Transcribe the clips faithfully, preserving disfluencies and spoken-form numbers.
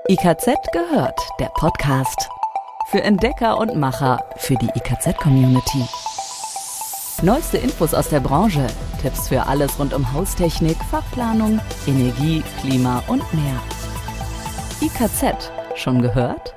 I K Z gehört, der Podcast. Für Entdecker und Macher, für die I K Z-Community. Neueste Infos aus der Branche, Tipps für alles rund um Haustechnik, Fachplanung, Energie, Klima und mehr. I K Z, schon gehört?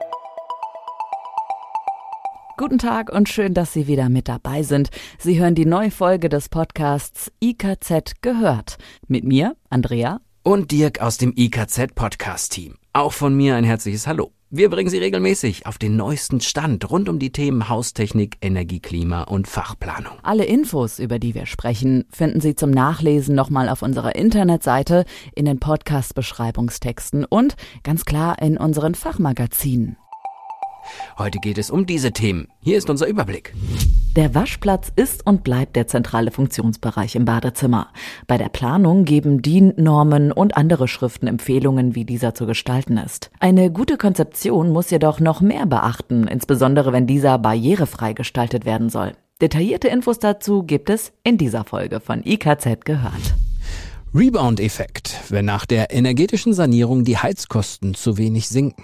Guten Tag und schön, dass Sie wieder mit dabei sind. Sie hören die neue Folge des Podcasts I K Z gehört. Mit mir, Andrea. Und Dirk aus dem I K Z-Podcast-Team. Auch von mir ein herzliches Hallo. Wir bringen Sie regelmäßig auf den neuesten Stand rund um die Themen Haustechnik, Energie, Klima und Fachplanung. Alle Infos, über die wir sprechen, finden Sie zum Nachlesen nochmal auf unserer Internetseite, in den Podcast-Beschreibungstexten und ganz klar in unseren Fachmagazinen. Heute geht es um diese Themen. Hier ist unser Überblick. Der Waschplatz ist und bleibt der zentrale Funktionsbereich im Badezimmer. Bei der Planung geben D I N-Normen und andere Schriften Empfehlungen, wie dieser zu gestalten ist. Eine gute Konzeption muss jedoch noch mehr beachten, insbesondere wenn dieser barrierefrei gestaltet werden soll. Detaillierte Infos dazu gibt es in dieser Folge von I K Z gehört. Rebound-Effekt, wenn nach der energetischen Sanierung die Heizkosten zu wenig sinken.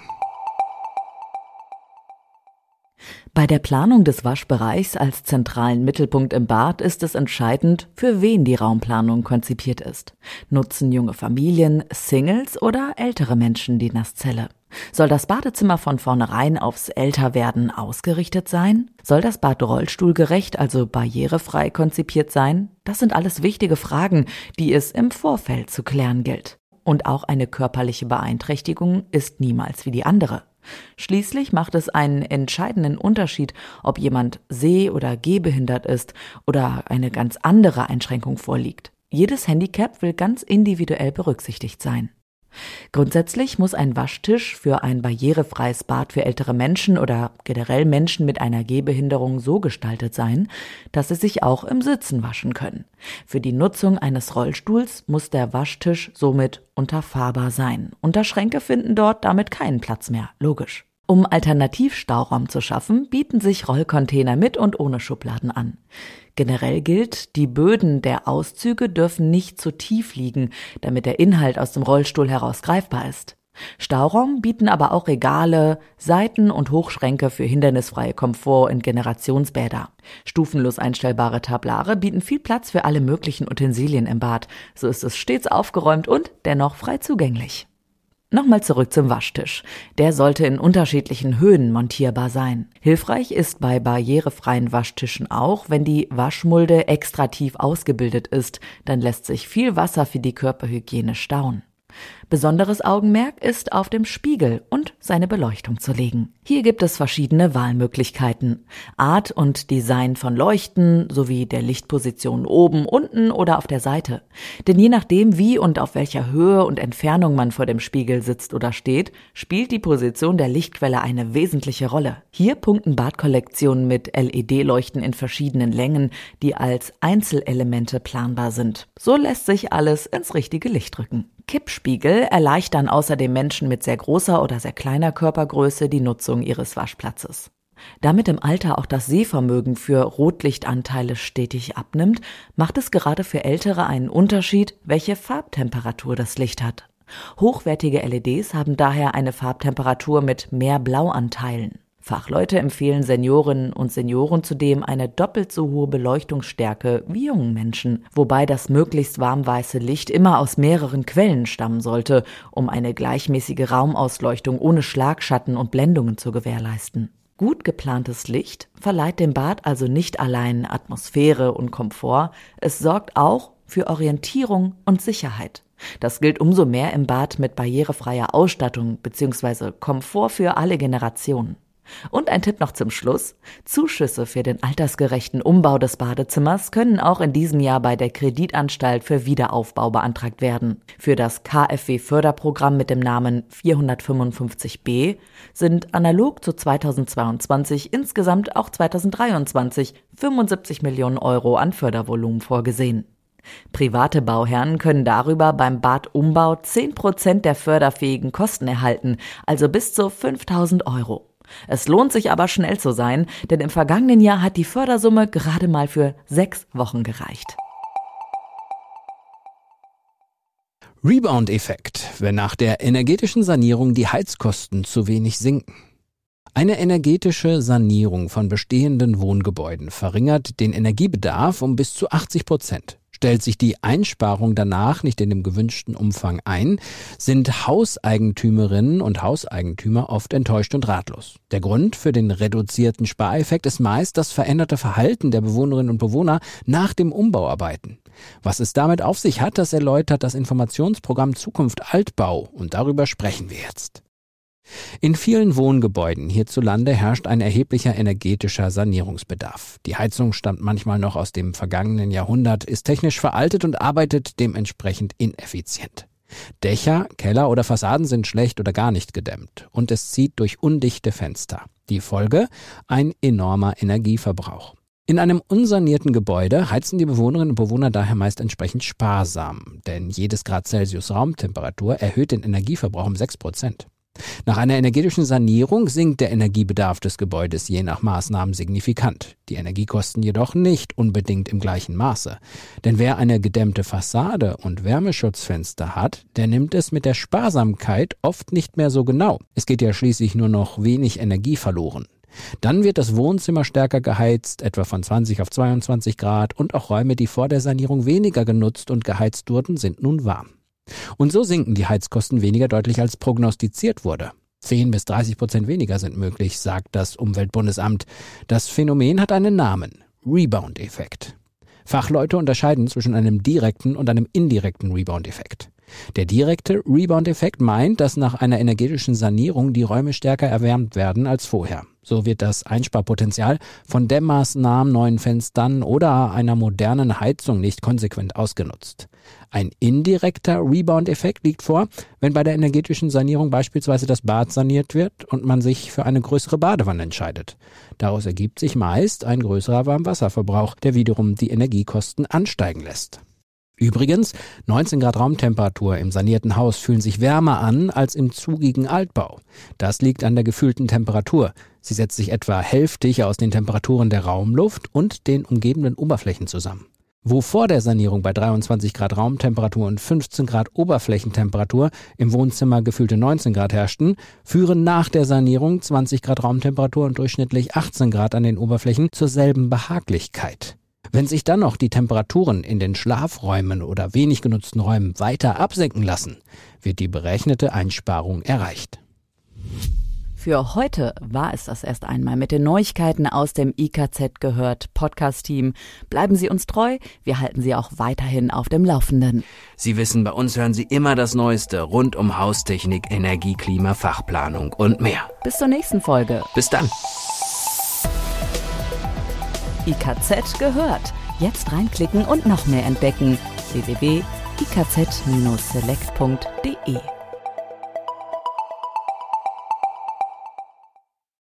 Bei der Planung des Waschbereichs als zentralen Mittelpunkt im Bad ist es entscheidend, für wen die Raumplanung konzipiert ist. Nutzen junge Familien, Singles oder ältere Menschen die Nasszelle? Soll das Badezimmer von vornherein aufs Älterwerden ausgerichtet sein? Soll das Bad rollstuhlgerecht, also barrierefrei konzipiert sein? Das sind alles wichtige Fragen, die es im Vorfeld zu klären gilt. Und auch eine körperliche Beeinträchtigung ist niemals wie die andere. Schließlich macht es einen entscheidenden Unterschied, ob jemand seh- oder gehbehindert ist oder eine ganz andere Einschränkung vorliegt. Jedes Handicap will ganz individuell berücksichtigt sein. Grundsätzlich muss ein Waschtisch für ein barrierefreies Bad für ältere Menschen oder generell Menschen mit einer Gehbehinderung so gestaltet sein, dass sie sich auch im Sitzen waschen können. Für die Nutzung eines Rollstuhls muss der Waschtisch somit unterfahrbar sein. Unterschränke finden dort damit keinen Platz mehr, logisch. Um Alternativstauraum zu schaffen, bieten sich Rollcontainer mit und ohne Schubladen an. Generell gilt, die Böden der Auszüge dürfen nicht zu tief liegen, damit der Inhalt aus dem Rollstuhl heraus greifbar ist. Stauraum bieten aber auch Regale, Seiten- und Hochschränke für hindernisfreie Komfort- und Generationsbäder. Stufenlos einstellbare Tablare bieten viel Platz für alle möglichen Utensilien im Bad. So ist es stets aufgeräumt und dennoch frei zugänglich. Nochmal zurück zum Waschtisch. Der sollte in unterschiedlichen Höhen montierbar sein. Hilfreich ist bei barrierefreien Waschtischen auch, wenn die Waschmulde extra tief ausgebildet ist, dann lässt sich viel Wasser für die Körperhygiene stauen. Besonderes Augenmerk ist auf dem Spiegel und seine Beleuchtung zu legen. Hier gibt es verschiedene Wahlmöglichkeiten. Art und Design von Leuchten sowie der Lichtposition oben, unten oder auf der Seite. Denn je nachdem, wie und auf welcher Höhe und Entfernung man vor dem Spiegel sitzt oder steht, spielt die Position der Lichtquelle eine wesentliche Rolle. Hier punkten Badkollektionen mit L E D-Leuchten in verschiedenen Längen, die als Einzelelemente planbar sind. So lässt sich alles ins richtige Licht rücken. Kippspiegel erleichtern außerdem Menschen mit sehr großer oder sehr kleiner Körpergröße die Nutzung ihres Waschplatzes. Damit im Alter auch das Sehvermögen für Rotlichtanteile stetig abnimmt, macht es gerade für Ältere einen Unterschied, welche Farbtemperatur das Licht hat. Hochwertige L E Ds haben daher eine Farbtemperatur mit mehr Blauanteilen. Fachleute empfehlen Seniorinnen und Senioren zudem eine doppelt so hohe Beleuchtungsstärke wie jungen Menschen, wobei das möglichst warmweiße Licht immer aus mehreren Quellen stammen sollte, um eine gleichmäßige Raumausleuchtung ohne Schlagschatten und Blendungen zu gewährleisten. Gut geplantes Licht verleiht dem Bad also nicht allein Atmosphäre und Komfort, es sorgt auch für Orientierung und Sicherheit. Das gilt umso mehr im Bad mit barrierefreier Ausstattung bzw. Komfort für alle Generationen. Und ein Tipp noch zum Schluss. Zuschüsse für den altersgerechten Umbau des Badezimmers können auch in diesem Jahr bei der Kreditanstalt für Wiederaufbau beantragt werden. Für das K f W-Förderprogramm mit dem Namen vierhundertfünfundfünfzig b sind analog zu zweitausendzweiundzwanzig insgesamt auch zweitausenddreiundzwanzig fünfundsiebzig Millionen Euro an Fördervolumen vorgesehen. Private Bauherren können darüber beim Badumbau zehn Prozent der förderfähigen Kosten erhalten, also bis zu fünftausend Euro. Es lohnt sich aber schnell zu sein, denn im vergangenen Jahr hat die Fördersumme gerade mal für sechs Wochen gereicht. Rebound-Effekt, wenn nach der energetischen Sanierung die Heizkosten zu wenig sinken. Eine energetische Sanierung von bestehenden Wohngebäuden verringert den Energiebedarf um bis zu achtzig Prozent. Stellt sich die Einsparung danach nicht in dem gewünschten Umfang ein, sind Hauseigentümerinnen und Hauseigentümer oft enttäuscht und ratlos. Der Grund für den reduzierten Spareffekt ist meist das veränderte Verhalten der Bewohnerinnen und Bewohner nach dem Umbauarbeiten. Was es damit auf sich hat, das erläutert das Informationsprogramm Zukunft Altbau, und darüber sprechen wir jetzt. In vielen Wohngebäuden hierzulande herrscht ein erheblicher energetischer Sanierungsbedarf. Die Heizung stammt manchmal noch aus dem vergangenen Jahrhundert, ist technisch veraltet und arbeitet dementsprechend ineffizient. Dächer, Keller oder Fassaden sind schlecht oder gar nicht gedämmt und es zieht durch undichte Fenster. Die Folge? Ein enormer Energieverbrauch. In einem unsanierten Gebäude heizen die Bewohnerinnen und Bewohner daher meist entsprechend sparsam, denn jedes Grad Celsius Raumtemperatur erhöht den Energieverbrauch um sechs Prozent. Nach einer energetischen Sanierung sinkt der Energiebedarf des Gebäudes je nach Maßnahmen signifikant. Die Energiekosten jedoch nicht unbedingt im gleichen Maße. Denn wer eine gedämmte Fassade und Wärmeschutzfenster hat, der nimmt es mit der Sparsamkeit oft nicht mehr so genau. Es geht ja schließlich nur noch wenig Energie verloren. Dann wird das Wohnzimmer stärker geheizt, etwa von zwanzig auf zweiundzwanzig Grad, und auch Räume, die vor der Sanierung weniger genutzt und geheizt wurden, sind nun warm. Und so sinken die Heizkosten weniger deutlich als prognostiziert wurde. zehn bis dreißig Prozent weniger sind möglich, sagt das Umweltbundesamt. Das Phänomen hat einen Namen: Rebound-Effekt. Fachleute unterscheiden zwischen einem direkten und einem indirekten Rebound-Effekt. Der direkte Rebound-Effekt meint, dass nach einer energetischen Sanierung die Räume stärker erwärmt werden als vorher. So wird das Einsparpotenzial von Dämmmaßnahmen, neuen Fenstern oder einer modernen Heizung nicht konsequent ausgenutzt. Ein indirekter Rebound-Effekt liegt vor, wenn bei der energetischen Sanierung beispielsweise das Bad saniert wird und man sich für eine größere Badewanne entscheidet. Daraus ergibt sich meist ein größerer Warmwasserverbrauch, der wiederum die Energiekosten ansteigen lässt. Übrigens, neunzehn Grad Raumtemperatur im sanierten Haus fühlen sich wärmer an als im zugigen Altbau. Das liegt an der gefühlten Temperatur. Sie setzt sich etwa hälftig aus den Temperaturen der Raumluft und den umgebenden Oberflächen zusammen. Wo vor der Sanierung bei dreiundzwanzig Grad Raumtemperatur und fünfzehn Grad Oberflächentemperatur im Wohnzimmer gefühlte neunzehn Grad herrschten, führen nach der Sanierung zwanzig Grad Raumtemperatur und durchschnittlich achtzehn Grad an den Oberflächen zur selben Behaglichkeit. Wenn sich dann noch die Temperaturen in den Schlafräumen oder wenig genutzten Räumen weiter absenken lassen, wird die berechnete Einsparung erreicht. Für heute war es das erst einmal mit den Neuigkeiten aus dem I K Z gehört Podcast-Team. Bleiben Sie uns treu, wir halten Sie auch weiterhin auf dem Laufenden. Sie wissen, bei uns hören Sie immer das Neueste rund um Haustechnik, Energie, Klima, Fachplanung und mehr. Bis zur nächsten Folge. Bis dann. I K Z gehört. Jetzt reinklicken und noch mehr entdecken. w w w punkt i k z Bindestrich select punkt d e